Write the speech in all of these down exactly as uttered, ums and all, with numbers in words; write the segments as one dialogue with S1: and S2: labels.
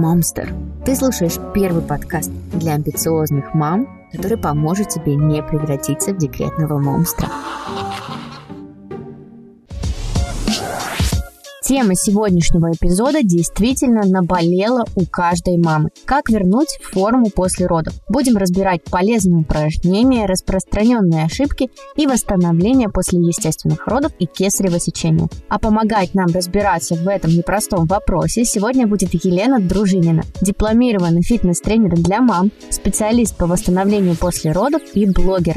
S1: Momster. Ты слушаешь первый подкаст для амбициозных мам, который поможет тебе не превратиться в декретного монстра. Тема сегодняшнего эпизода действительно наболела у каждой мамы. Как вернуть форму после родов? Будем разбирать полезные упражнения, распространенные ошибки и восстановление после естественных родов и кесарево сечения. А помогать нам разбираться в этом непростом вопросе сегодня будет Елена Дружинина, дипломированный фитнес-тренер для мам, специалист по восстановлению после родов и блогер.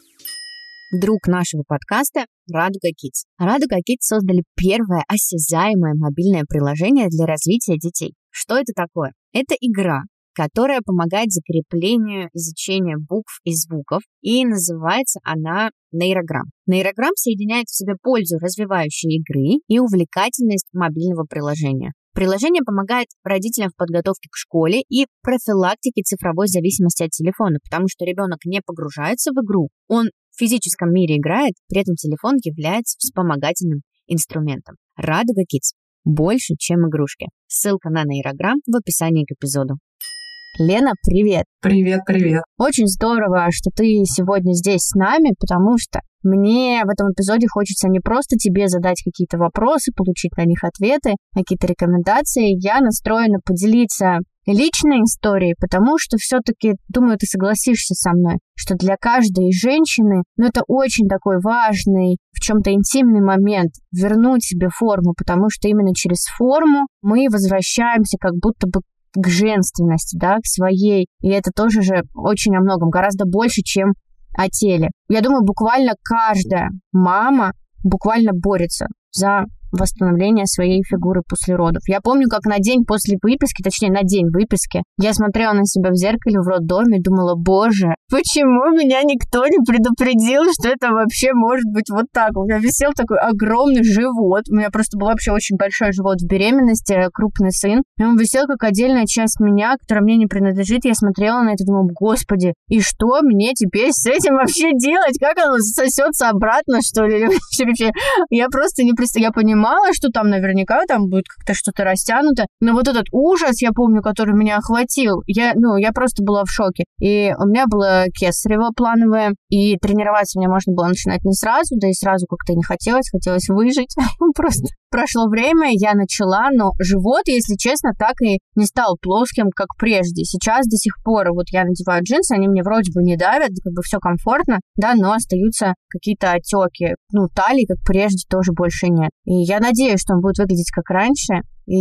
S1: Друг нашего подкаста Радуга Kids. Радуга Kids создали первое осязаемое мобильное приложение для развития детей. Что это такое? Это игра, которая помогает закреплению изучения букв и звуков, и называется она нейрограмм. Нейрограмм соединяет в себе пользу развивающей игры и увлекательность мобильного приложения. Приложение помогает родителям в подготовке к школе и профилактике цифровой зависимости от телефона, потому что ребенок не погружается в игру, он в физическом мире играет, при этом телефон является вспомогательным инструментом. Радуга Kids. Больше, чем игрушки. Ссылка на нейрограмм в описании к эпизоду. Лена, привет!
S2: Привет, привет!
S1: Очень здорово, что ты сегодня здесь с нами, потому что мне в этом эпизоде хочется не просто тебе задать какие-то вопросы, получить на них ответы, какие-то рекомендации. Я настроена поделиться личной историей, потому что все-таки, думаю, ты согласишься со мной, что для каждой женщины, ну, это очень такой важный, в чем-то интимный момент вернуть себе форму, потому что именно через форму мы возвращаемся как будто бы к женственности, да, к своей. И это тоже же очень о многом, гораздо больше, чем о теле. Я думаю, буквально каждая мама буквально борется за восстановление своей фигуры после родов. Я помню, как на день после выписки, точнее, на день выписки, я смотрела на себя в зеркале в роддоме и думала, боже, почему меня никто не предупредил, что это вообще может быть вот так? У меня висел такой огромный живот, у меня просто был вообще очень большой живот в беременности, крупный сын, и он висел как отдельная часть меня, которая мне не принадлежит. Я смотрела на это и думала, господи, и что мне теперь с этим вообще делать? Как оно сосется обратно, что ли? Я просто не представляю, я понимаю, что там наверняка там будет как-то что-то растянуто. Но вот этот ужас, я помню, который меня охватил, я, ну, я просто была в шоке. И у меня было кесарево плановое, и тренироваться мне можно было начинать не сразу, да и сразу как-то не хотелось, хотелось выжить. Просто прошло время, я начала, но живот, если честно, так и не стал плоским, как прежде. Сейчас до сих пор вот я надеваю джинсы, они мне вроде бы не давят, как бы все комфортно, да, но остаются какие-то отеки. Ну, талии, как прежде, тоже больше нет. И я надеюсь, что он будет выглядеть как раньше,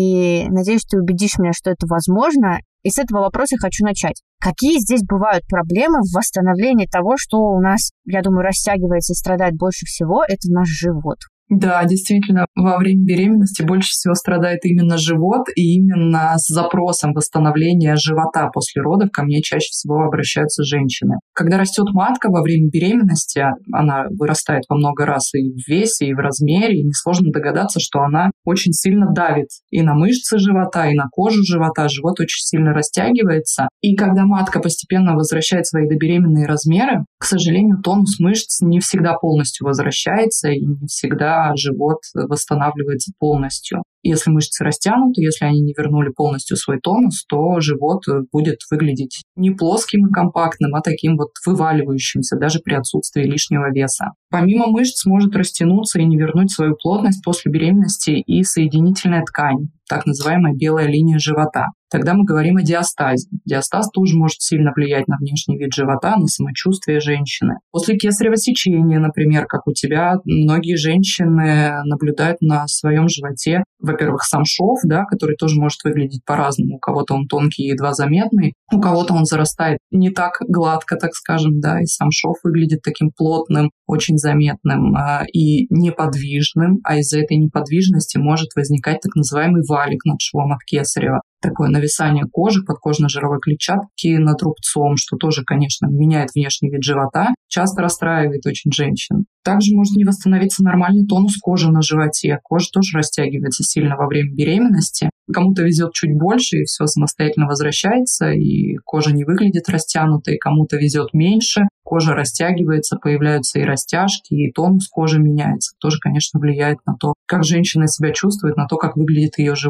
S1: и надеюсь, ты убедишь меня, что это возможно. И с этого вопроса я хочу начать. Какие здесь бывают проблемы в восстановлении того, что у нас, я думаю, растягивается и страдает больше всего, это наш живот?
S2: Да, действительно, во время беременности больше всего страдает именно живот, и именно с запросом восстановления живота после родов ко мне чаще всего обращаются женщины. Когда растет матка во время беременности, она вырастает во много раз и в весе, и в размере, и несложно догадаться, что она очень сильно давит и на мышцы живота, и на кожу живота. Живот очень сильно растягивается. И когда матка постепенно возвращает свои добеременные размеры, к сожалению, тонус мышц не всегда полностью возвращается, и не всегда живот восстанавливается полностью. Если мышцы растянуты, если они не вернули полностью свой тонус, то живот будет выглядеть не плоским и компактным, а таким вот вываливающимся, даже при отсутствии лишнего веса. Помимо мышц может растянуться и не вернуть свою плотность после беременности и соединительная ткань, так называемая белая линия живота. Тогда мы говорим о диастазе. Диастаз тоже может сильно влиять на внешний вид живота, на самочувствие женщины. После кесарево сечения, например, как у тебя, многие женщины наблюдают на своем животе, во-первых, сам шов, да, который тоже может выглядеть по-разному. У кого-то он тонкий и едва заметный, у кого-то он зарастает не так гладко, так скажем, да, и сам шов выглядит таким плотным, очень заметным э, и неподвижным, а из-за этой неподвижности может возникать так называемый валик над швом от кесарева. Такое нависание кожи, подкожно-жировой клетчатки над рубцом, что тоже, конечно, меняет внешний вид живота, часто расстраивает очень женщин. Также может не восстановиться нормальный тонус кожи на животе. Кожа тоже растягивается сильно во время беременности. Кому-то везет чуть больше, и все самостоятельно возвращается, и кожа не выглядит растянутой, кому-то везет меньше, кожа растягивается, появляются и растяжки, и тонус кожи меняется. Тоже, конечно, влияет на то, как женщина себя чувствует, на то, как выглядит ее живот.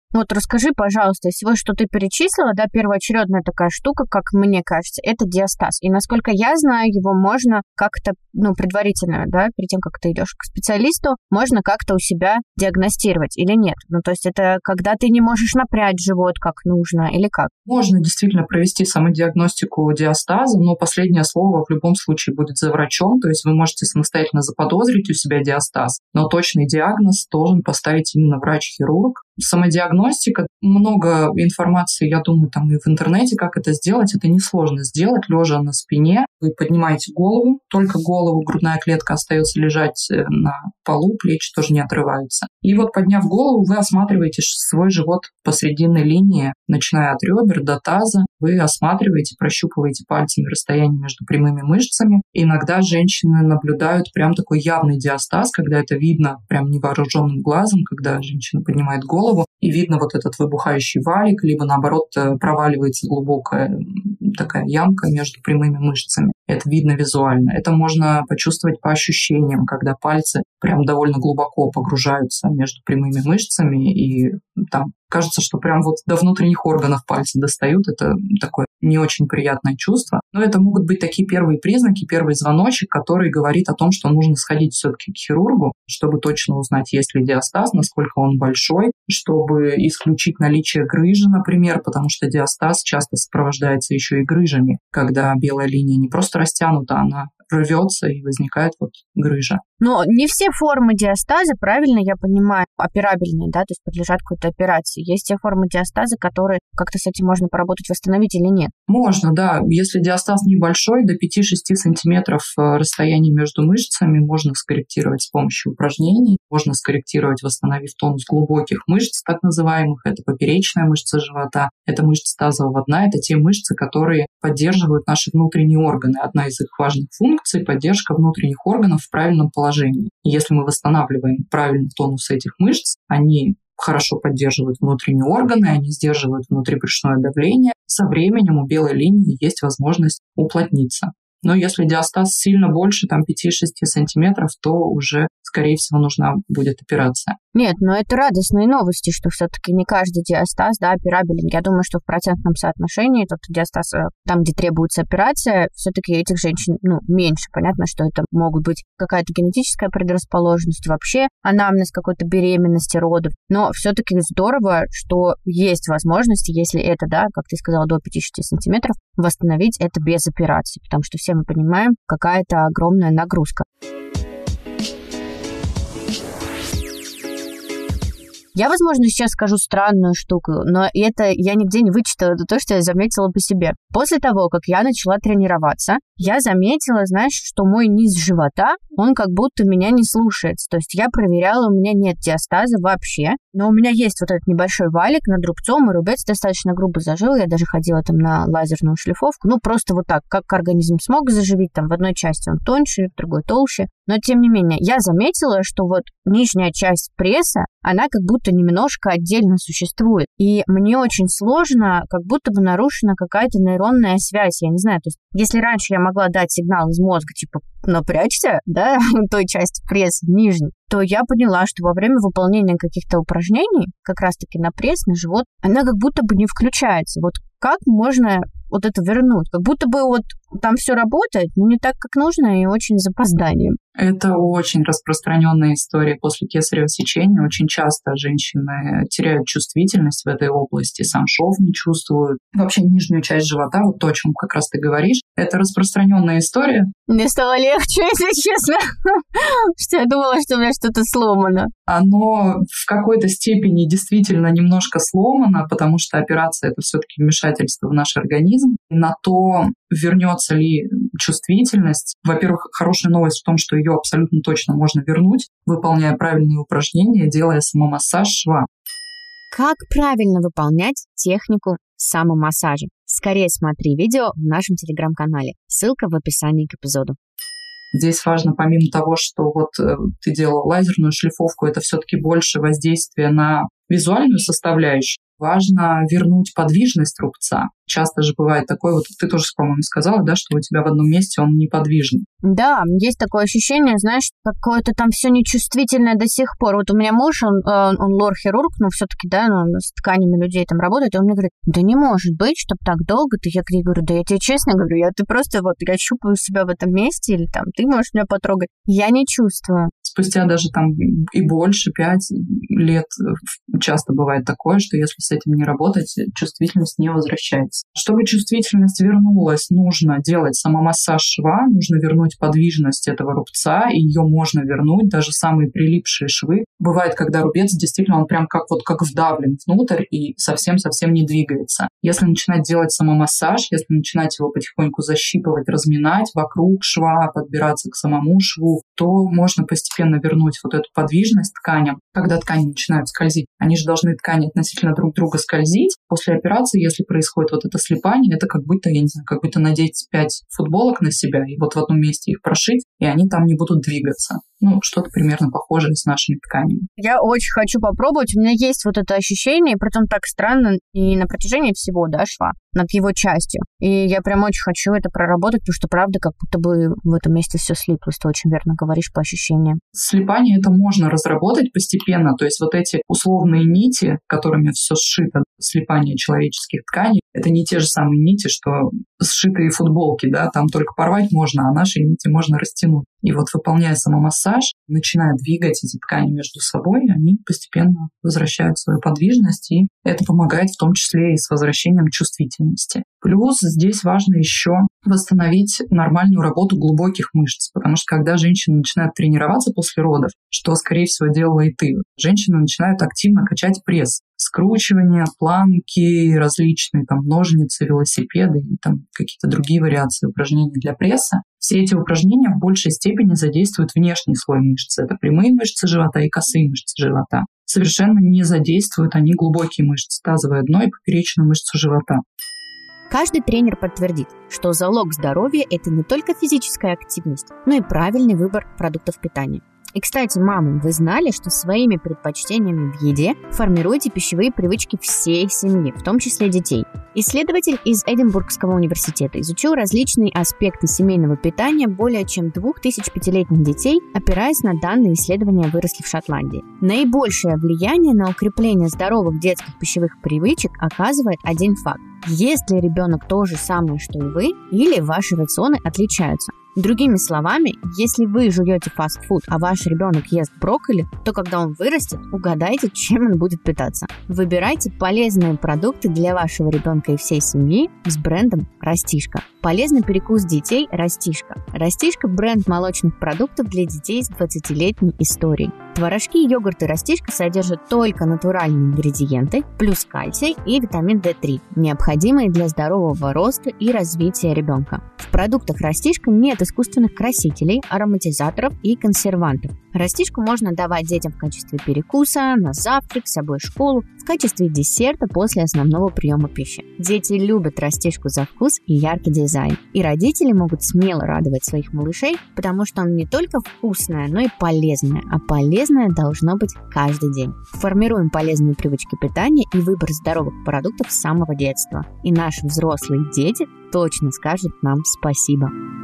S1: Вот расскажи, пожалуйста, из всего, что ты перечислила, да, первоочередная такая штука, как мне кажется, это диастаз. И насколько я знаю, его можно как-то, ну, предварительно, да, перед тем, как ты идешь к специалисту, можно как-то у себя диагностировать или нет. Ну, то есть это когда ты не можешь напрячь живот как нужно или как?
S2: Можно действительно провести самодиагностику диастаза, но последнее слово в любом случае будет за врачом, то есть вы можете самостоятельно заподозрить у себя диастаз, но точный диагноз должен поставить именно врач-хирург. Самодиагностика, много информации, я думаю, там и в интернете, как это сделать, это несложно сделать, лежа на спине. Вы поднимаете голову, только голову, грудная клетка остается лежать на полу, плечи тоже не отрываются. И вот подняв голову, вы осматриваете свой живот по срединной линии, начиная от ребер до таза. Вы осматриваете, прощупываете пальцами расстояние между прямыми мышцами. И иногда женщины наблюдают прям такой явный диастаз, когда это видно прям невооруженным глазом, когда женщина поднимает голову, и видно вот этот выбухающий валик, либо наоборот проваливается глубокая такая ямка между прямыми мышцами. Это видно визуально. Это можно почувствовать по ощущениям, когда пальцы прям довольно глубоко погружаются между прямыми мышцами, и там кажется, что прям вот до внутренних органов пальцы достают. Это такое не очень приятное чувство. Но это могут быть такие первые признаки, первый звоночек, который говорит о том, что нужно сходить все-таки к хирургу, чтобы точно узнать, есть ли диастаз, насколько он большой, чтобы исключить наличие грыжи, например, потому что диастаз часто сопровождается еще и грыжами, когда белая линия не просто растянута, она рвется и возникает вот грыжа.
S1: Но не все формы диастаза, правильно я понимаю, операбельные, да, то есть подлежат какой-то операции. Есть те формы диастаза, которые как-то с этим можно поработать, восстановить или нет?
S2: Можно, да. Если диастаз небольшой, до пяти-шести сантиметров расстояние между мышцами можно скорректировать с помощью упражнений. Можно скорректировать, восстановив тонус глубоких мышц, так называемых. Это поперечная мышца живота, это мышца тазового дна, это те мышцы, которые поддерживают наши внутренние органы. Одна из их важных функций – поддержка внутренних органов в правильном положении. Если мы восстанавливаем правильный тонус этих мышц, они хорошо поддерживают внутренние органы, они сдерживают внутрибрюшное давление. Со временем у белой линии есть возможность уплотниться. Но если диастаз сильно больше, там пяти-шести сантиметров, то уже, скорее всего, нужна будет операция.
S1: Нет, но это радостные новости, что все-таки не каждый диастаз, да, операбелен. Я думаю, что в процентном соотношении тот диастаз, там, где требуется операция, все-таки этих женщин, ну, меньше. Понятно, что это могут быть какая-то генетическая предрасположенность, вообще анамнез какой-то беременности, родов. Но все-таки здорово, что есть возможность, если это, да, как ты сказала, до пяти-шести сантиметров, восстановить это без операции, потому что все мы понимаем, какая это огромная нагрузка. Я, возможно, сейчас скажу странную штуку, но это я нигде не вычитала, это то, что я заметила по себе. После того, как я начала тренироваться, я заметила, знаешь, что мой низ живота, он как будто меня не слушается. То есть я проверяла, у меня нет диастаза вообще, но у меня есть вот этот небольшой валик над рубцом, и рубец достаточно грубо зажил. Я даже ходила там на лазерную шлифовку. Ну, просто вот так, как организм смог заживить, там в одной части он тоньше, в другой толще. Но, тем не менее, я заметила, что вот нижняя часть пресса, она как будто немножко отдельно существует. И мне очень сложно, как будто бы нарушена какая-то нейронная связь. Я не знаю, то есть если раньше я могла дать сигнал из мозга, типа, напрячься, да, той части пресса нижней, то я поняла, что во время выполнения каких-то упражнений, как раз-таки на пресс, на живот, она как будто бы не включается. Вот как можно вот это вернуть? Как будто бы вот там все работает, но не так, как нужно, и очень с запозданием.
S2: Это очень распространенная история после кесарево сечения. Очень часто женщины теряют чувствительность в этой области, сам шов не чувствуют. Вообще нижнюю часть живота, вот то, о чем как раз ты говоришь, это распространенная история.
S1: Мне стало легче, если честно, что я думала, что у меня что-то сломано.
S2: Оно в какой-то степени действительно немножко сломано, потому что операция — это все-таки вмешательство в наш организм. На то, вернется ли чувствительность. Во-первых, хорошая новость в том, что ее абсолютно точно можно вернуть, выполняя правильные упражнения, делая самомассаж шва.
S1: Как правильно выполнять технику самомассажа? Скорее смотри видео в нашем телеграм-канале. Ссылка в описании к эпизоду.
S2: Здесь важно, помимо того, что вот э, ты делала лазерную шлифовку, это все-таки больше воздействие на визуальную составляющую. важно вернуть подвижность рубца. Часто же бывает такое, вот ты тоже, по-моему, сказала, да, что у тебя в одном месте он неподвижный.
S1: Да, есть такое ощущение, знаешь, какое-то там все нечувствительное до сих пор. Вот у меня муж, он, он лор-хирург, но все-таки, да, он с тканями людей там работает, и он мне говорит, да не может быть, чтобы так долго. Ты, я говорю, да я тебе честно говорю, я ты просто вот, я щупаю себя в этом месте, или там ты можешь меня потрогать. Я не чувствую.
S2: Спустя даже там и больше, пять лет часто бывает такое, что если с этим не работать, чувствительность не возвращается. Чтобы чувствительность вернулась, нужно делать самомассаж шва, нужно вернуть подвижность этого рубца, и ее можно вернуть, даже самые прилипшие швы. Бывает, когда рубец действительно, он прям как вот как вдавлен внутрь и совсем-совсем не двигается. Если начинать делать самомассаж, если начинать его потихоньку защипывать, разминать вокруг шва, подбираться к самому шву, то можно постепенно вернуть вот эту подвижность тканям. Когда ткани начинают скользить, они же должны ткани относительно друг друга скользить. После операции, если происходит вот это слипание, это как будто, я не знаю, как будто надеть пять футболок на себя и вот в одном месте их прошить, и они там не будут двигаться. Ну, что-то примерно похожее с нашими тканями.
S1: Я очень хочу попробовать. У меня есть вот это ощущение, притом так странно, и на протяжении всего, да, шва, над его частью. И я прям очень хочу это проработать, потому что, правда, как будто бы в этом месте все слиплось. Ты очень верно говоришь по ощущениям.
S2: Слипание это можно разработать постепенно. То есть вот эти условные нити, которыми все сшито, слипание человеческих тканей, это не те же самые нити, что сшитые футболки, да, там только порвать можно, а наши нити можно растянуть. И вот выполняя самомассаж, начиная двигать эти ткани между собой, они постепенно возвращают свою подвижность, и это помогает в том числе и с возвращением чувствительности. Плюс здесь важно еще восстановить нормальную работу глубоких мышц, потому что когда женщины начинают тренироваться после родов, что, скорее всего, делала и ты, женщины начинают активно качать пресс. Скручивание, планки, различные там ножницы, велосипеды и там какие-то другие вариации упражнений для пресса. Все эти упражнения в большей степени задействуют внешний слой мышц. Это прямые мышцы живота и косые мышцы живота. Совершенно не задействуют они глубокие мышцы, тазовое дно и поперечную мышцу живота.
S1: Каждый тренер подтвердит, что залог здоровья – это не только физическая активность, но и правильный выбор продуктов питания. И, кстати, мамы, вы знали, что своими предпочтениями в еде формируете пищевые привычки всей семьи, в том числе детей? Исследователь из Эдинбургского университета изучил различные аспекты семейного питания более чем двух тысяч пятилетних детей, опираясь на данные исследования, выросли в Шотландии. Наибольшее влияние на укрепление здоровых детских пищевых привычек оказывает один факт. Ест ли ребенок то же самое, что и вы, или ваши рационы отличаются? Другими словами, если вы жуете фастфуд, а ваш ребенок ест брокколи, то когда он вырастет, угадайте, чем он будет питаться. Выбирайте полезные продукты для вашего ребенка и всей семьи с брендом «Растишка». Полезный перекус детей «Растишка». «Растишка» – бренд молочных продуктов для детей с двадцатилетней историей. Творожки и йогурты «Растишка» содержат только натуральные ингредиенты, плюс кальций и витамин дэ три, необходимые для здорового роста и развития ребенка. В продуктах «Растишка» нет искусственных красителей, ароматизаторов и консервантов. Растишку можно давать детям в качестве перекуса, на завтрак, с собой в школу, в качестве десерта после основного приема пищи. Дети любят растишку за вкус и яркий дизайн. И родители могут смело радовать своих малышей, потому что он не только вкусное, но и полезное, а полезное должно быть каждый день. Формируем полезные привычки питания и выбор здоровых продуктов с самого детства. И наши взрослые дети точно скажут нам спасибо.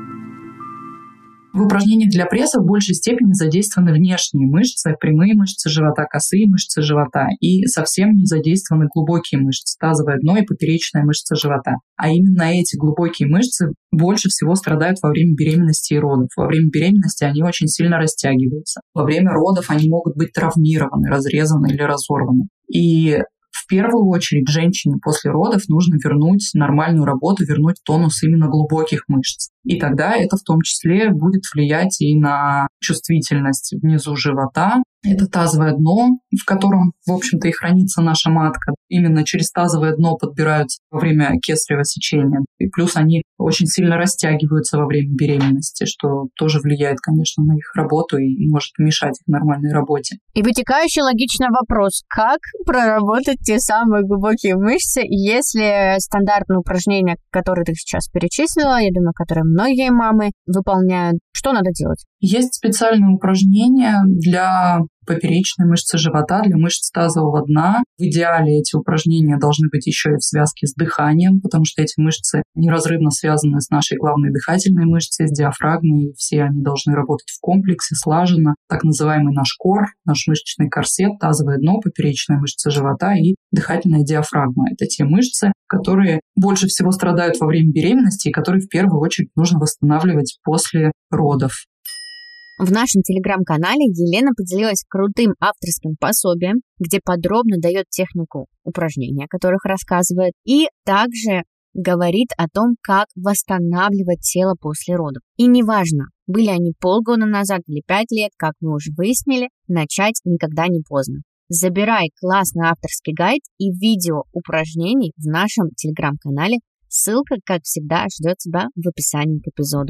S2: В упражнениях для пресса в большей степени задействованы внешние мышцы, прямые мышцы живота, косые мышцы живота, и совсем не задействованы глубокие мышцы, тазовое дно и поперечная мышца живота. А именно эти глубокие мышцы больше всего страдают во время беременности и родов. Во время беременности они очень сильно растягиваются. Во время родов они могут быть травмированы, разрезаны или разорваны. И в первую очередь женщине после родов нужно вернуть нормальную работу, вернуть тонус именно глубоких мышц. И тогда это в том числе будет влиять и на чувствительность внизу живота. Это тазовое дно, в котором, в общем-то, и хранится наша матка. Именно через тазовое дно подбираются во время кесарево сечения. И плюс они очень сильно растягиваются во время беременности, что тоже влияет, конечно, на их работу и может мешать их нормальной работе.
S1: И вытекающий логичный вопрос, как проработать те самые глубокие мышцы, если стандартные упражнения, которые ты сейчас перечислила, я думаю, которые многие мамы выполняют, что надо делать?
S2: Есть специальные упражнения для поперечные мышцы живота, для мышц тазового дна. В идеале эти упражнения должны быть еще и в связке с дыханием, потому что эти мышцы неразрывно связаны с нашей главной дыхательной мышцей, с диафрагмой, и все они должны работать в комплексе, слаженно. Так называемый наш кор, наш мышечный корсет, тазовое дно, поперечная мышца живота и дыхательная диафрагма. Это те мышцы, которые больше всего страдают во время беременности и которые в первую очередь нужно восстанавливать после родов.
S1: В нашем телеграм-канале Елена поделилась крутым авторским пособием, где подробно дает технику упражнений, о которых рассказывает, и также говорит о том, как восстанавливать тело после родов. И неважно, были они полгода назад или пять лет, как мы уже выяснили, начать никогда не поздно. Забирай классный авторский гайд и видео упражнений в нашем телеграм-канале. Ссылка, как всегда, ждет тебя в описании к эпизоду.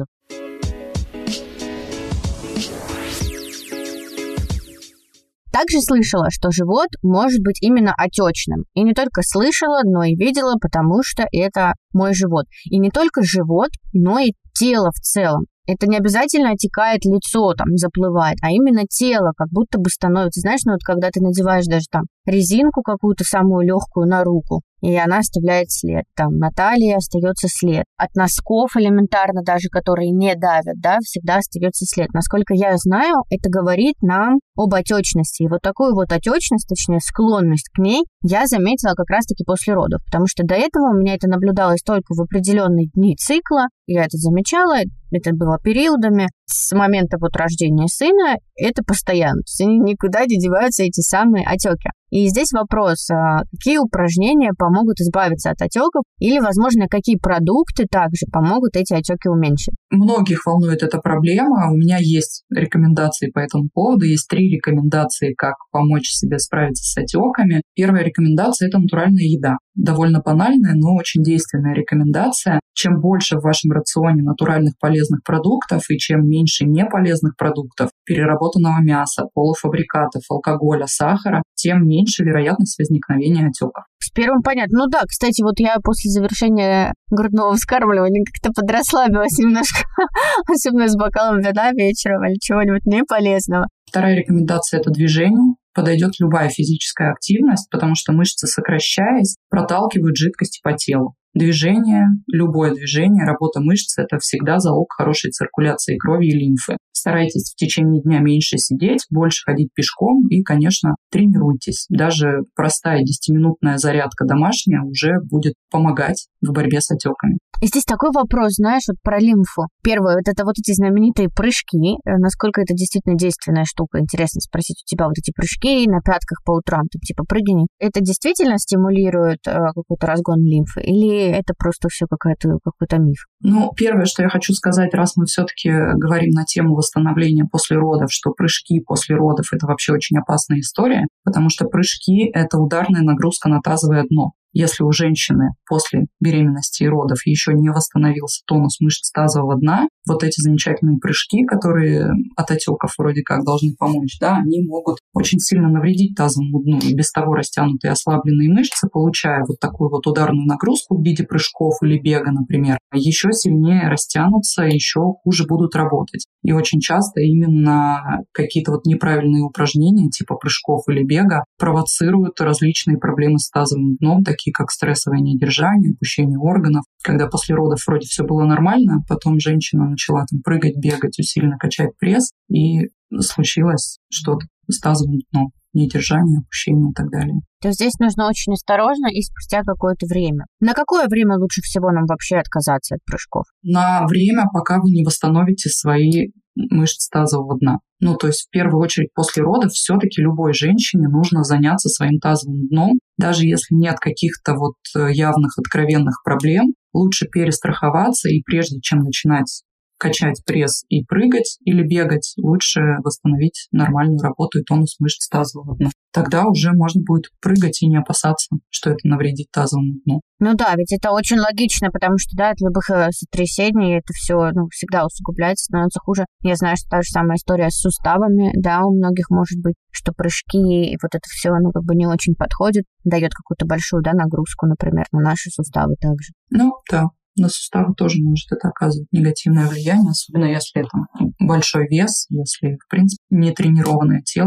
S1: Также слышала, что живот может быть именно отечным. И не только слышала, но и видела, потому что это мой живот. И не только живот, но и тело в целом. Это не обязательно отекает лицо, там, заплывает, а именно тело, как будто бы становится, знаешь, ну вот когда ты надеваешь даже там резинку какую-то самую легкую на руку, и она оставляет след. Там на талии остается след. От носков элементарно даже, которые не давят, да, всегда остается след. Насколько я знаю, это говорит нам об отечности. И вот такую вот отечность, точнее склонность к ней, я заметила как раз-таки после родов. Потому что до этого у меня это наблюдалось только в определенные дни цикла. Я это замечала, это было периодами. С момента вот рождения сына это постоянно. То есть они никуда не деваются, эти самые отеки. И здесь вопрос, какие упражнения помогут избавиться от отеков или, возможно, какие продукты также помогут эти отеки уменьшить?
S2: Многих волнует эта проблема. У меня есть рекомендации по этому поводу. Есть три рекомендации, как помочь себе справиться с отеками. Первая рекомендация – это натуральная еда. Довольно банальная, но очень действенная рекомендация. Чем больше в вашем рационе натуральных полезных продуктов и чем меньше неполезных продуктов, переработанного мяса, полуфабрикатов, алкоголя, сахара, тем меньше вероятность возникновения отеков.
S1: С первым понятно. Ну да, кстати, вот я после завершения грудного вскармливания как-то подрасслабилась немножко, особенно с бокалом вина вечером или чего-нибудь неполезного.
S2: Вторая рекомендация – это движение. Подойдет любая физическая активность, потому что мышцы, сокращаясь, проталкивают жидкости по телу. Движение, любое движение, работа мышц – это всегда залог хорошей циркуляции крови и лимфы. Старайтесь в течение дня меньше сидеть, больше ходить пешком и, конечно, тренируйтесь. Даже простая десятиминутная зарядка домашняя уже будет помогать в борьбе с отеками.
S1: И здесь такой вопрос, знаешь, вот про лимфу. Первое, вот это вот эти знаменитые прыжки. Насколько это действительно действенная штука? Интересно спросить у тебя вот эти прыжки на пятках по утрам, там типа прыгани. Это действительно стимулирует э, какой-то разгон лимфы? Или это просто все какая-то, какой-то миф?
S2: Ну, первое, что я хочу сказать, раз мы все-таки говорим на тему восстановления после родов, что прыжки после родов – это вообще очень опасная история, потому что прыжки – это ударная нагрузка на тазовое дно. Если у женщины после беременности и родов еще не восстановился тонус мышц тазового дна, вот эти замечательные прыжки, которые от отеков вроде как должны помочь, да, они могут очень сильно навредить тазовому дну. И без того растянутые ослабленные мышцы, получая вот такую вот ударную нагрузку в виде прыжков или бега, например, еще сильнее растянутся, еще хуже будут работать. И очень часто именно какие-то вот неправильные упражнения типа прыжков или бега провоцируют различные проблемы с тазовым дном, такие как стрессовое недержание, опущение органов. Когда после родов вроде все было нормально, потом женщина начала там прыгать, бегать, усиленно качать пресс, и случилось что-то с тазовым дном. Недержание, опущение и так далее.
S1: То есть здесь нужно очень осторожно и спустя какое-то время. На какое время лучше всего нам вообще отказаться от прыжков?
S2: На время, пока вы не восстановите свои мышцы тазового дна. Ну, то есть в первую очередь после родов все-таки любой женщине нужно заняться своим тазовым дном. Даже если нет каких-то вот явных, откровенных проблем, лучше перестраховаться и прежде чем начинать качать пресс и прыгать или бегать, лучше восстановить нормальную работу и тонус мышц тазового дна. Тогда уже можно будет прыгать и не опасаться, что это навредит тазовому дну.
S1: Ну да, ведь это очень логично, потому что, да, от любых сотрясений это все, ну, всегда усугубляется, становится хуже. Я знаю, что та же самая история с суставами, да, у многих может быть, что прыжки и вот это все, ну, как бы не очень подходит, дает какую-то большую, да, нагрузку, например, на наши суставы также.
S2: Ну, да. На суставы тоже может это оказывать негативное влияние, особенно если это большой вес, если, в принципе, не тренированное тело, то,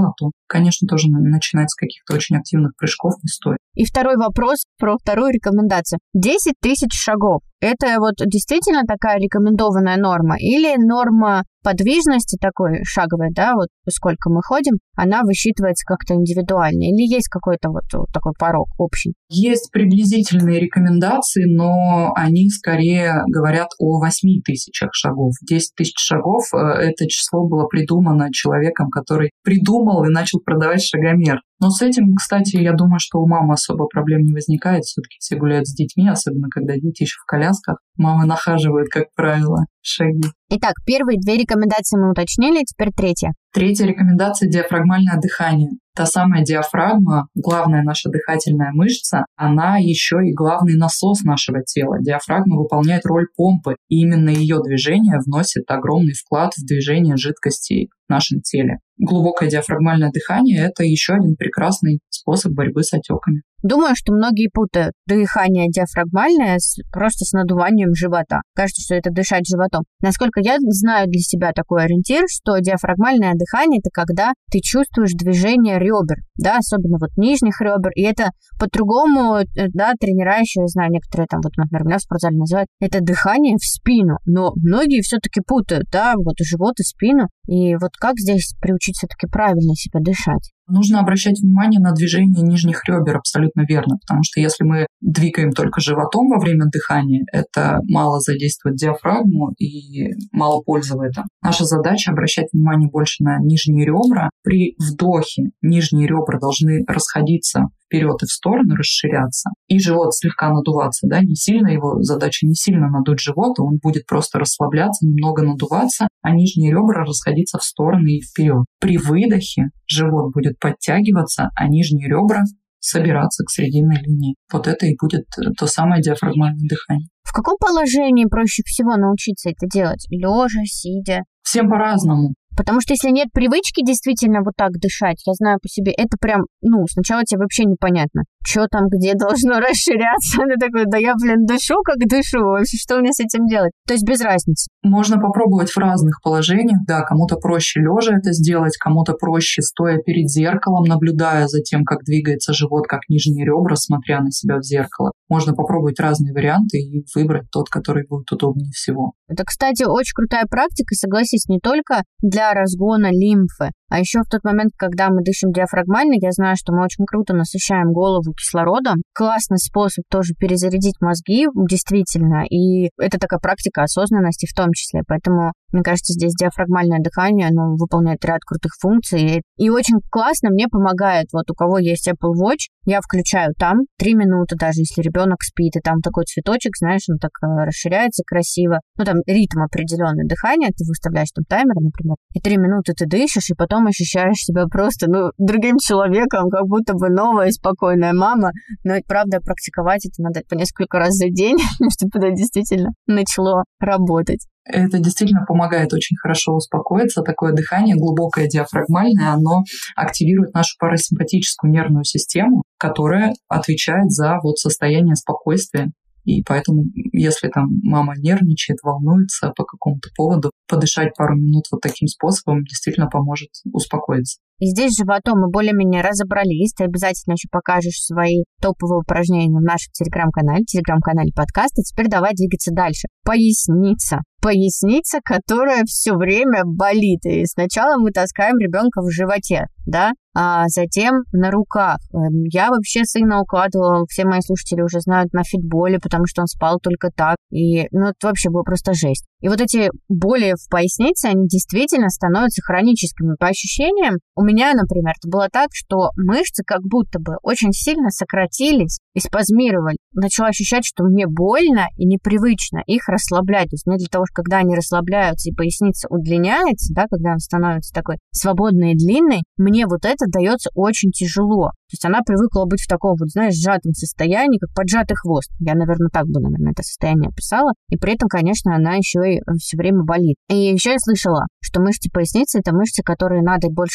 S2: конечно, тоже начинать с каких-то очень активных прыжков не стоит.
S1: И второй вопрос про вторую рекомендацию. десять тысяч шагов. Это вот действительно такая рекомендованная норма? Или норма подвижности такой шаговой, да, вот сколько мы ходим, она высчитывается как-то индивидуально? Или есть какой-то вот, вот такой порог общий?
S2: Есть приблизительные рекомендации, но они скорее говорят о восьми тысячах шагов. десять тысяч шагов – это число было придумано человеком, который придумал и начал продавать шагомер. Но с этим, кстати, я думаю, что у мамы особо проблем не возникает. Все-таки все гуляют с детьми, особенно когда дети еще в колясках. Мамы нахаживают, как правило, шаги.
S1: Итак, первые две рекомендации мы уточнили, теперь третья.
S2: Третья рекомендация – диафрагмальное дыхание. Та самая диафрагма, главная наша дыхательная мышца, она еще и главный насос нашего тела. Диафрагма выполняет роль помпы, и именно ее движение вносит огромный вклад в движение жидкостей в нашем теле. Глубокое диафрагмальное дыхание – это еще один прекрасный способ борьбы с отеками.
S1: Думаю, что многие путают дыхание диафрагмальное с, просто с надуванием живота. Кажется, что это дышать животом. Насколько я знаю для себя такой ориентир, что диафрагмальное дыхание – это когда ты чувствуешь движение ребер, да, особенно вот нижних ребер, и это по-другому, да, тренера еще, я знаю, некоторые там, вот, например, меня в спортзале называют, это дыхание в спину, но многие все-таки путают, да, вот живот и спину, и вот как здесь приучить все-таки правильно себя дышать?
S2: Нужно обращать внимание на движение нижних ребер, абсолютно верно, потому что если мы двигаем только животом во время дыхания, это мало задействует диафрагму и мало пользы в этом. Наша задача обращать внимание больше на нижние ребра. При вдохе нижние ребра должны расходиться вперед и в сторону, расширяться, и живот слегка надуваться, да, не сильно его, задача не сильно надуть живот, он будет просто расслабляться, немного надуваться, а нижние ребра расходиться в стороны и вперед. При выдохе живот будет подтягиваться, а нижние ребра собираться к срединной линии. Вот это и будет то самое диафрагмальное дыхание.
S1: В каком положении проще всего научиться это делать? Лежа, сидя?
S2: Всем по-разному.
S1: Потому что если нет привычки действительно вот так дышать, я знаю по себе, это прям, ну, сначала тебе вообще непонятно, что там, где должно расширяться. Ты такой, да я, блин, дышу, как дышу, вообще, что мне с этим делать? То есть без разницы.
S2: Можно попробовать в разных положениях, да, кому-то проще лежа это сделать, кому-то проще стоя перед зеркалом, наблюдая за тем, как двигается живот, как нижние ребра, смотря на себя в зеркало. Можно попробовать разные варианты и выбрать тот, который будет удобнее всего.
S1: Это, кстати, очень крутая практика, согласись, не только для разгона лимфы, а еще в тот момент, когда мы дышим диафрагмально, я знаю, что мы очень круто насыщаем голову кислородом. Классный способ тоже перезарядить мозги, действительно, и это такая практика осознанности в том числе, поэтому, мне кажется, здесь диафрагмальное дыхание, оно выполняет ряд крутых функций, и очень классно мне помогает, вот у кого есть Apple Watch, я включаю там три минуты, даже если ребенок спит, и там такой цветочек, знаешь, он так расширяется красиво, ну там ритм определенный дыхания, ты выставляешь там таймер, например, и три минуты ты дышишь, и потом ощущаешь себя просто, ну, другим человеком, как будто бы новая спокойная мама, но ведь, правда, практиковать это надо по несколько раз за день, чтобы это действительно начало работать.
S2: Это действительно помогает очень хорошо успокоиться. Такое дыхание глубокое, диафрагмальное, оно активирует нашу парасимпатическую нервную систему, которая отвечает за вот состояние спокойствия. И поэтому, если там мама нервничает, волнуется по какому-то поводу, подышать пару минут вот таким способом действительно поможет успокоиться.
S1: И здесь с животом мы более-менее разобрались. Ты обязательно еще покажешь свои топовые упражнения в нашем телеграм-канале, телеграм-канале подкаста. Теперь давай двигаться дальше. Поясница. Поясница, которая все время болит. И сначала мы таскаем ребенка в животе, да, а затем на руках. Я вообще сына укладывала, все мои слушатели уже знают, на фитболе, потому что он спал только так. И, ну, это вообще было просто жесть. И вот эти боли в пояснице, они действительно становятся хроническими. По ощущениям, у меня, например, это было так, что мышцы как будто бы очень сильно сократились и спазмировали. Начала ощущать, что мне больно и непривычно их расслаблять. То есть мне для того, что когда они расслабляются и поясница удлиняется, да, когда она становится такой свободной и длинной, мне вот это дается очень тяжело. То есть она привыкла быть в таком вот, знаешь, сжатом состоянии, как поджатый хвост. Я, наверное, так бы, наверное, это состояние описала. И при этом, конечно, она еще и все время болит. И еще я слышала, что мышцы поясницы – это мышцы, которые надо больше не растягивать,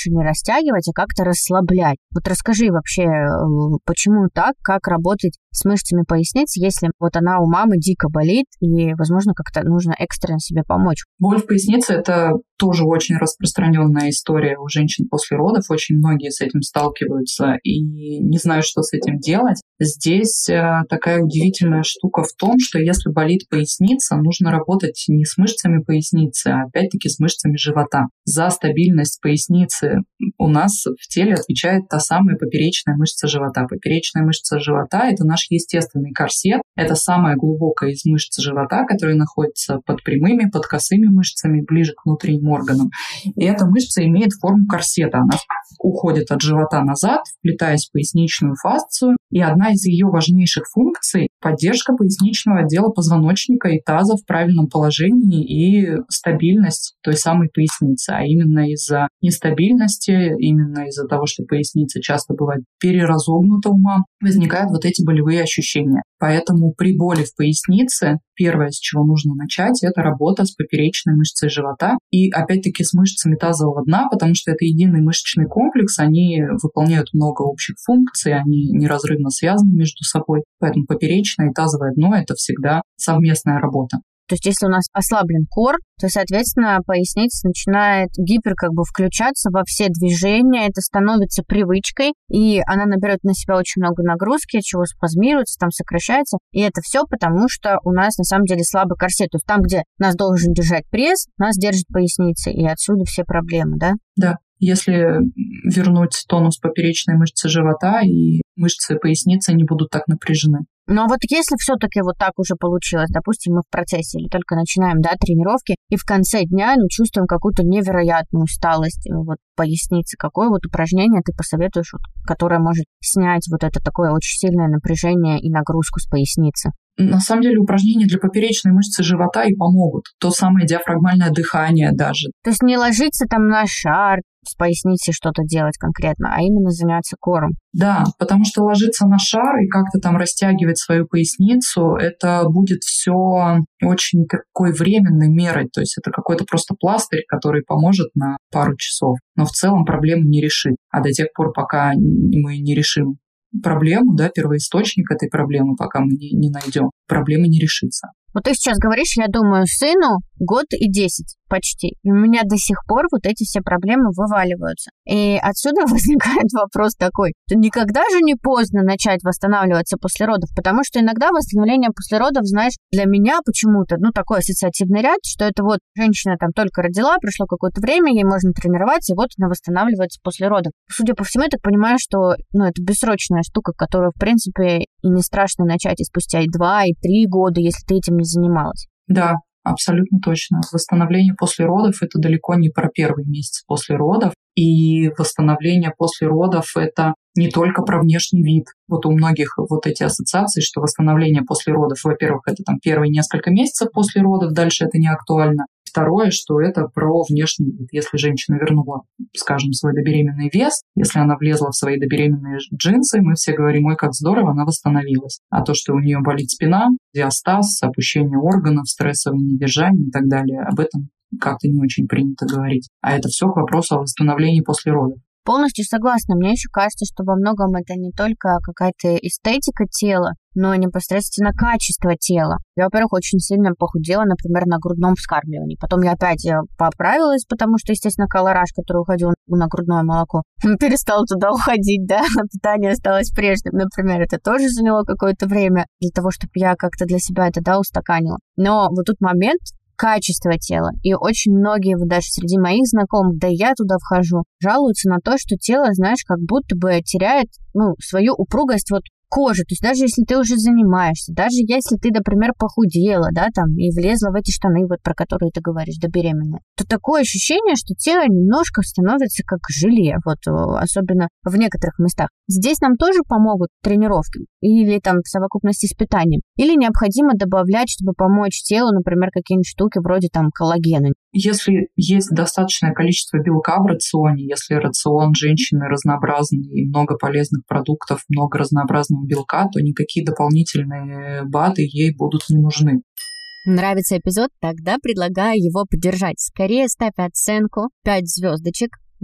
S1: растягивать, а как-то расслаблять. Вот расскажи вообще, почему так, как работать с мышцами поясницы, если вот она у мамы дико болит и, возможно, как-то нужно экстренно себе помочь.
S2: Боль в пояснице – это тоже очень распространенная история у женщин после родов. Очень многие с этим сталкиваются и не знают, что с этим делать. Здесь такая удивительная штука в том, что если болит поясница, нужно работать не с мышцами поясницы, а опять-таки с мышцами живота. За стабильность поясницы у нас в теле отвечает та самая поперечная мышца живота. Поперечная мышца живота – это наш естественный корсет. Это самая глубокая из мышц живота, которая находится под прямыми, под косыми мышцами, ближе к внутренним органам. И эта мышца имеет форму корсета. Она уходит от живота назад, вплетаясь в поясничную фасцию. И одна из ее важнейших функций – поддержка поясничного отдела позвоночника и таза в правильном положении и стабильность той самой поясницы. А именно из-за нестабильности, именно из-за того, что поясница часто бывает переразогнута у мам, возникают вот эти болевые ощущения. Поэтому при боли в пояснице первое, с чего нужно начать, это работа с поперечной мышцей живота и опять-таки с мышцами тазового дна, потому что это единый мышечный комплекс, они выполняют много общих функций, они неразрывно связаны между собой, поэтому поперечное и тазовое дно – это всегда совместная работа.
S1: То есть если у нас ослаблен кор, то, соответственно, поясница начинает гипер как бы включаться во все движения, это становится привычкой, и она наберет на себя очень много нагрузки, от чего спазмируется, там сокращается, и это все потому, что у нас на самом деле слабый корсет. То есть там, где нас должен держать пресс, нас держит поясница, и отсюда все проблемы, да?
S2: Да. Если вернуть тонус поперечной мышцы живота, и мышцы поясницы не будут так напряжены.
S1: Но вот если все-таки вот так уже получилось, допустим, мы в процессе или только начинаем, да, тренировки, и в конце дня, ну, чувствуем какую-то невероятную усталость вот поясницы, какое вот упражнение ты посоветуешь, вот, которое может снять вот это такое очень сильное напряжение и нагрузку с поясницы?
S2: На самом деле упражнения для поперечной мышцы живота и помогут. То самое диафрагмальное дыхание даже.
S1: То есть не ложиться там на шар, с поясницей что-то делать конкретно, а именно заняться кором.
S2: Да, потому что ложиться на шар и как-то там растягивать свою поясницу, это будет все очень такой временной мерой. То есть это какой-то просто пластырь, который поможет на пару часов, но в целом проблему не решит. А до тех пор, пока мы не решим проблему, да, первоисточник этой проблемы, пока мы не, не найдем, проблема не решится.
S1: Вот ты сейчас говоришь, я думаю, сыну год и десять почти. И у меня до сих пор вот эти все проблемы вываливаются. И отсюда возникает вопрос такой. Никогда же не поздно начать восстанавливаться после родов, потому что иногда восстановление после родов, знаешь, для меня почему-то, ну, такой ассоциативный ряд, что это вот женщина там только родила, прошло какое-то время, ей можно тренироваться, и вот она восстанавливается после родов. Судя по всему, я так понимаю, что, ну, это бессрочная штука, которую, в принципе, и не страшно начать и спустя и два, и три года, если ты этим не занималась.
S2: Да, абсолютно точно. Восстановление после родов – это далеко не про первый месяц после родов. И восстановление после родов – это не только про внешний вид. Вот у многих вот эти ассоциации, что восстановление после родов, во-первых, это там первые несколько месяцев после родов, дальше это не актуально. Второе, что это про внешний вид. Если женщина вернула, скажем, свой добеременный вес, если она влезла в свои добеременные джинсы, мы все говорим, ой, как здорово, она восстановилась. А то, что у нее болит спина, диастаз, опущение органов, стрессовое недержание и так далее, об этом как-то не очень принято говорить. А это все к вопросу о восстановлении после родов.
S1: Полностью согласна. Мне еще кажется, что во многом это не только какая-то эстетика тела, но и непосредственно качество тела. Я, во-первых, очень сильно похудела, например, на грудном вскармливании. Потом я опять поправилась, потому что, естественно, колораж, который уходил на грудное молоко, перестал туда уходить, да, а питание осталось прежним. Например, это тоже заняло какое-то время для того, чтобы я как-то для себя это, да, устаканила. Но вот тут момент качество тела. И очень многие, вот даже среди моих знакомых, да и я туда вхожу, жалуются на то, что тело, знаешь, как будто бы теряет, ну, свою упругость вот кожи. То есть даже если ты уже занимаешься, даже если ты, например, похудела, да, там, и влезла в эти штаны, вот про которые ты говоришь, да, беременная, то такое ощущение, что тело немножко становится как желе, вот, особенно в некоторых местах. Здесь нам тоже помогут тренировки или там в совокупности с питанием, или необходимо добавлять, чтобы помочь телу, например, какие-нибудь штуки вроде там коллагена.
S2: Если есть достаточное количество белка в рационе, если рацион женщины разнообразный и много полезных продуктов, много разнообразного белка, то никакие дополнительные БАДы ей будут не нужны.
S1: Нравится эпизод? Тогда предлагаю его поддержать. Скорее ставь оценку пять звездочек в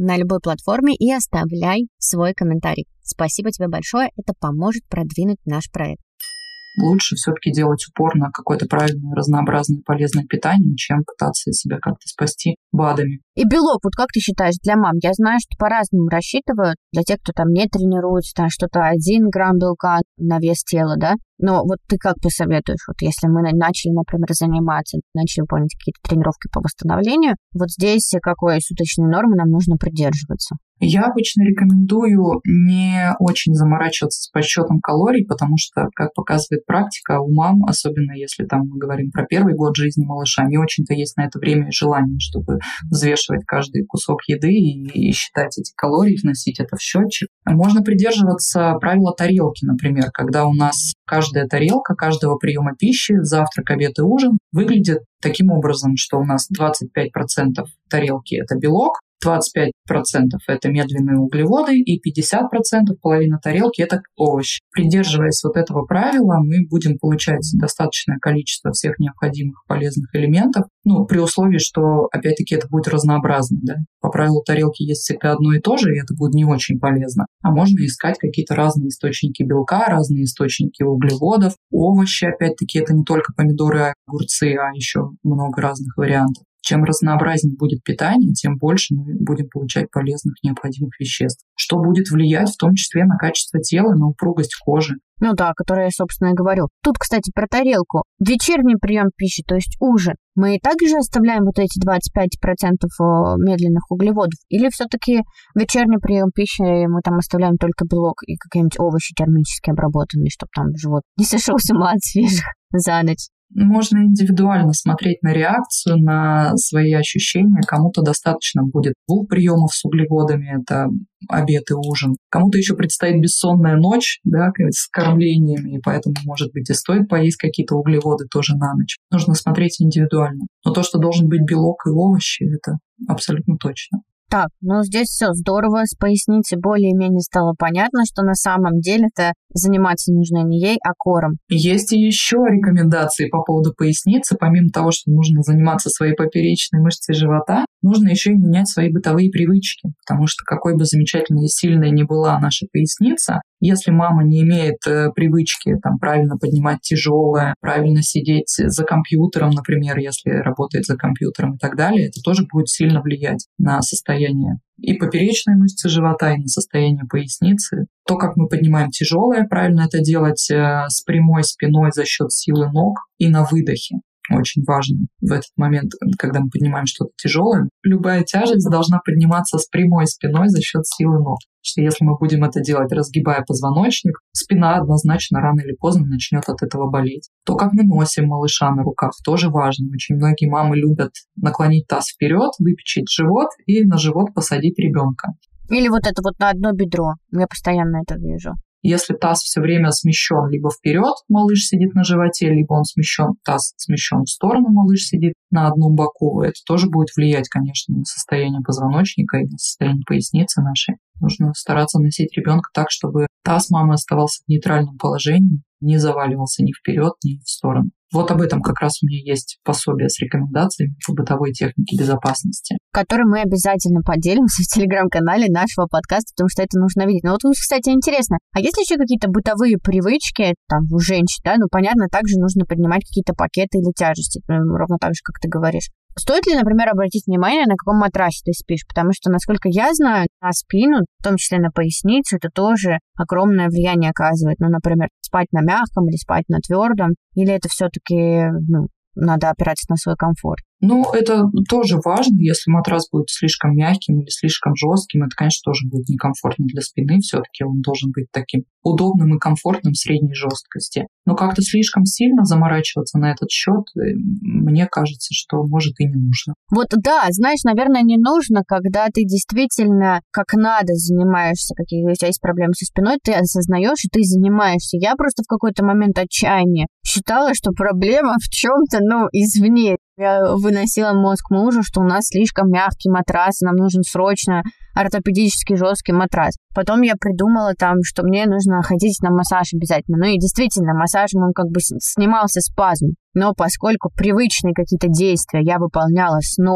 S1: на любой платформе и оставляй свой комментарий. Спасибо тебе большое, это поможет продвинуть наш проект.
S2: Лучше все-таки делать упор на какое-то правильное, разнообразное, полезное питание, чем пытаться себя как-то спасти БАДами.
S1: И белок, вот как ты считаешь, для мам? Я знаю, что по-разному рассчитывают. Для тех, кто там не тренируется, там что-то один грамм белка на вес тела, да? Но вот ты как посоветуешь, вот если мы начали, например, заниматься, начали выполнять какие-то тренировки по восстановлению, вот здесь какой суточной нормы нам нужно придерживаться?
S2: Я обычно рекомендую не очень заморачиваться с подсчетом калорий, потому что, как показывает практика, у мам, особенно если там мы говорим про первый год жизни малыша, не очень-то есть на это время и желание, чтобы взвешивать каждый кусок еды и, и считать эти калории, вносить это в счетчик. Можно придерживаться правила тарелки, например, когда у нас каждая тарелка каждого приема пищи, завтрак, обед и ужин, выглядит таким образом, что у нас двадцать пять процентов тарелки – это белок, двадцать пять процентов это медленные углеводы и пятьдесят процентов, половина тарелки, это овощи. Придерживаясь вот этого правила, мы будем получать достаточное количество всех необходимых полезных элементов, ну, при условии, что, опять-таки, это будет разнообразно, да. По правилу тарелки есть всегда одно и то же, и это будет не очень полезно. А можно искать какие-то разные источники белка, разные источники углеводов, овощи, опять-таки, это не только помидоры, огурцы, а еще много разных вариантов. Чем разнообразнее будет питание, тем больше мы будем получать полезных необходимых веществ, что будет влиять в том числе на качество тела, на упругость кожи.
S1: Ну да, о которой я, собственно, и говорю. Тут, кстати, про тарелку. Вечерний прием пищи, то есть ужин. Мы также оставляем вот эти двадцать пять процентов медленных углеводов? Или все-таки вечерний прием пищи мы там оставляем только белок и какие-нибудь овощи термически обработанные, чтобы там живот не сошел с ума от свежих за ночь?
S2: Можно индивидуально смотреть на реакцию, на свои ощущения. Кому-то достаточно будет двух приемов с углеводами, это обед и ужин. Кому-то еще предстоит бессонная ночь, да, с кормлениями, и поэтому, может быть, и стоит поесть какие-то углеводы тоже на ночь. Нужно смотреть индивидуально. Но то, что должен быть белок и овощи, это абсолютно точно.
S1: Так, ну здесь все здорово, с поясницей более-менее стало понятно, что на самом деле-то заниматься нужно не ей, а кором.
S2: Есть и еще рекомендации по поводу поясницы. Помимо того, что нужно заниматься своей поперечной мышцей живота, нужно еще и менять свои бытовые привычки, потому что какой бы замечательной и сильной ни была наша поясница, если мама не имеет э, привычки там, правильно поднимать тяжелое, правильно сидеть за компьютером, например, если работает за компьютером и так далее, это тоже будет сильно влиять на состояние и поперечной мышцы живота, и на состояние поясницы. То, как мы поднимаем тяжелое, правильно это делать э, с прямой спиной за счет силы ног и на выдохе. Очень важно в этот момент, когда мы поднимаем что-то тяжелое, любая тяжесть должна подниматься с прямой спиной за счет силы ног. Потому что если мы будем это делать, разгибая позвоночник, спина однозначно рано или поздно начнет от этого болеть. То, как мы носим малыша на руках, тоже важно. Очень многие мамы любят наклонить таз вперед, выпечить живот и на живот посадить ребенка.
S1: Или вот это вот на одно бедро. Я постоянно это вижу.
S2: Если таз все время смещен либо вперед, малыш сидит на животе, либо он смещен, таз смещен в сторону, малыш сидит на одном боку, это тоже будет влиять, конечно, на состояние позвоночника и на состояние поясницы нашей. Нужно стараться носить ребенка так, чтобы таз мамы оставался в нейтральном положении, не заваливался ни вперед, ни в сторону. Вот об этом как раз у меня есть пособие с рекомендациями по бытовой технике безопасности,
S1: который мы обязательно поделимся в телеграм-канале нашего подкаста, потому что это нужно видеть. Ну вот, кстати, интересно, а есть ли еще какие-то бытовые привычки там у женщин, да? Ну, понятно, также нужно поднимать какие-то пакеты или тяжести, ровно так же, как ты говоришь. Стоит ли, например, обратить внимание, на каком матрасе ты спишь? Потому что, насколько я знаю, на спину, в том числе на поясницу, это тоже огромное влияние оказывает. Ну, например, спать на мягком или спать на твердом, или это все-таки, ну, надо опираться на свой комфорт?
S2: Ну, это тоже важно. Если матрас будет слишком мягким или слишком жестким, это, конечно, тоже будет некомфортно для спины. Все-таки он должен быть таким удобным и комфортным средней жесткости. Но как-то слишком сильно заморачиваться на этот счет, мне кажется, что, может, и не нужно.
S1: Вот да, знаешь, наверное, не нужно, когда ты действительно как надо занимаешься, какие у тебя есть проблемы со спиной, ты осознаешь, и ты занимаешься. Я просто в какой-то момент отчаяния считала, что проблема в чем-то, ну, извне. Я выносила мозг мужу, что у нас слишком мягкий матрас, нам нужен срочно ортопедический жесткий матрас. Потом я придумала там, что мне нужно ходить на массаж обязательно. Ну и действительно, массажем он как бы снимался спазм. Но поскольку привычные какие-то действия я выполняла снова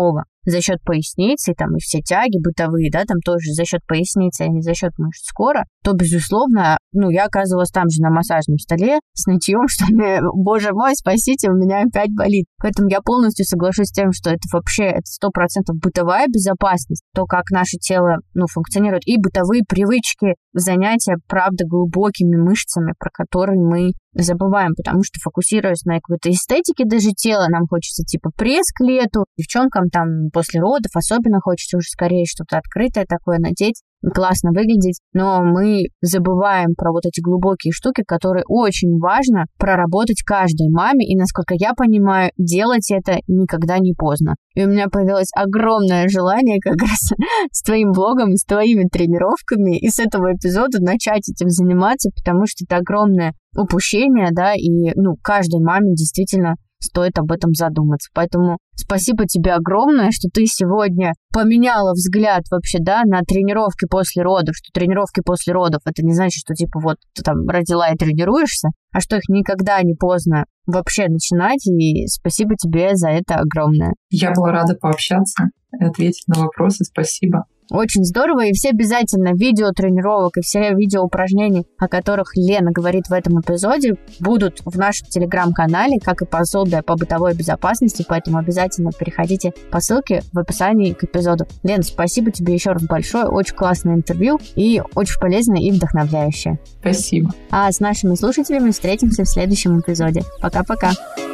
S1: за счет поясницы, там и все тяги бытовые, да, там тоже за счет поясницы, а не за счет мышц скора, то, безусловно, ну, я оказывалась там же на массажном столе с нытьем, что, боже мой, спасите, у меня опять болит. Поэтому я полностью соглашусь с тем, что это вообще это сто процентов бытовая безопасность, то, как наше тело, ну, функционирует, и бытовые привычки, занятия, правда, глубокими мышцами, про которые мы забываем, потому что, фокусируясь на какой-то эстетике даже тела, нам хочется типа пресс к лету, девчонкам там после родов особенно хочется уже скорее что-то открытое такое надеть, классно выглядеть, но мы забываем про вот эти глубокие штуки, которые очень важно проработать каждой маме, и, насколько я понимаю, делать это никогда не поздно. И у меня появилось огромное желание как раз с твоим блогом, с твоими тренировками и с этого эпизода начать этим заниматься, потому что это огромное упущение, да, и, ну, каждой маме действительно стоит об этом задуматься. Поэтому спасибо тебе огромное, что ты сегодня поменяла взгляд вообще, да, на тренировки после родов, что тренировки после родов, это не значит, что типа вот ты там родила и тренируешься, а что их никогда не поздно вообще начинать, и спасибо тебе за это огромное.
S2: Я была рада пообщаться и ответить на вопросы, спасибо.
S1: Очень здорово, и все обязательно видео тренировок и все видео упражнений, о которых Лена говорит в этом эпизоде, будут в нашем телеграм-канале, как и пособие по бытовой безопасности, поэтому обязательно переходите по ссылке в описании к эпизоду. Лен, спасибо тебе еще раз большое, очень классное интервью и очень полезное и вдохновляющее.
S2: Спасибо.
S1: А с нашими слушателями встретимся в следующем эпизоде. Пока-пока.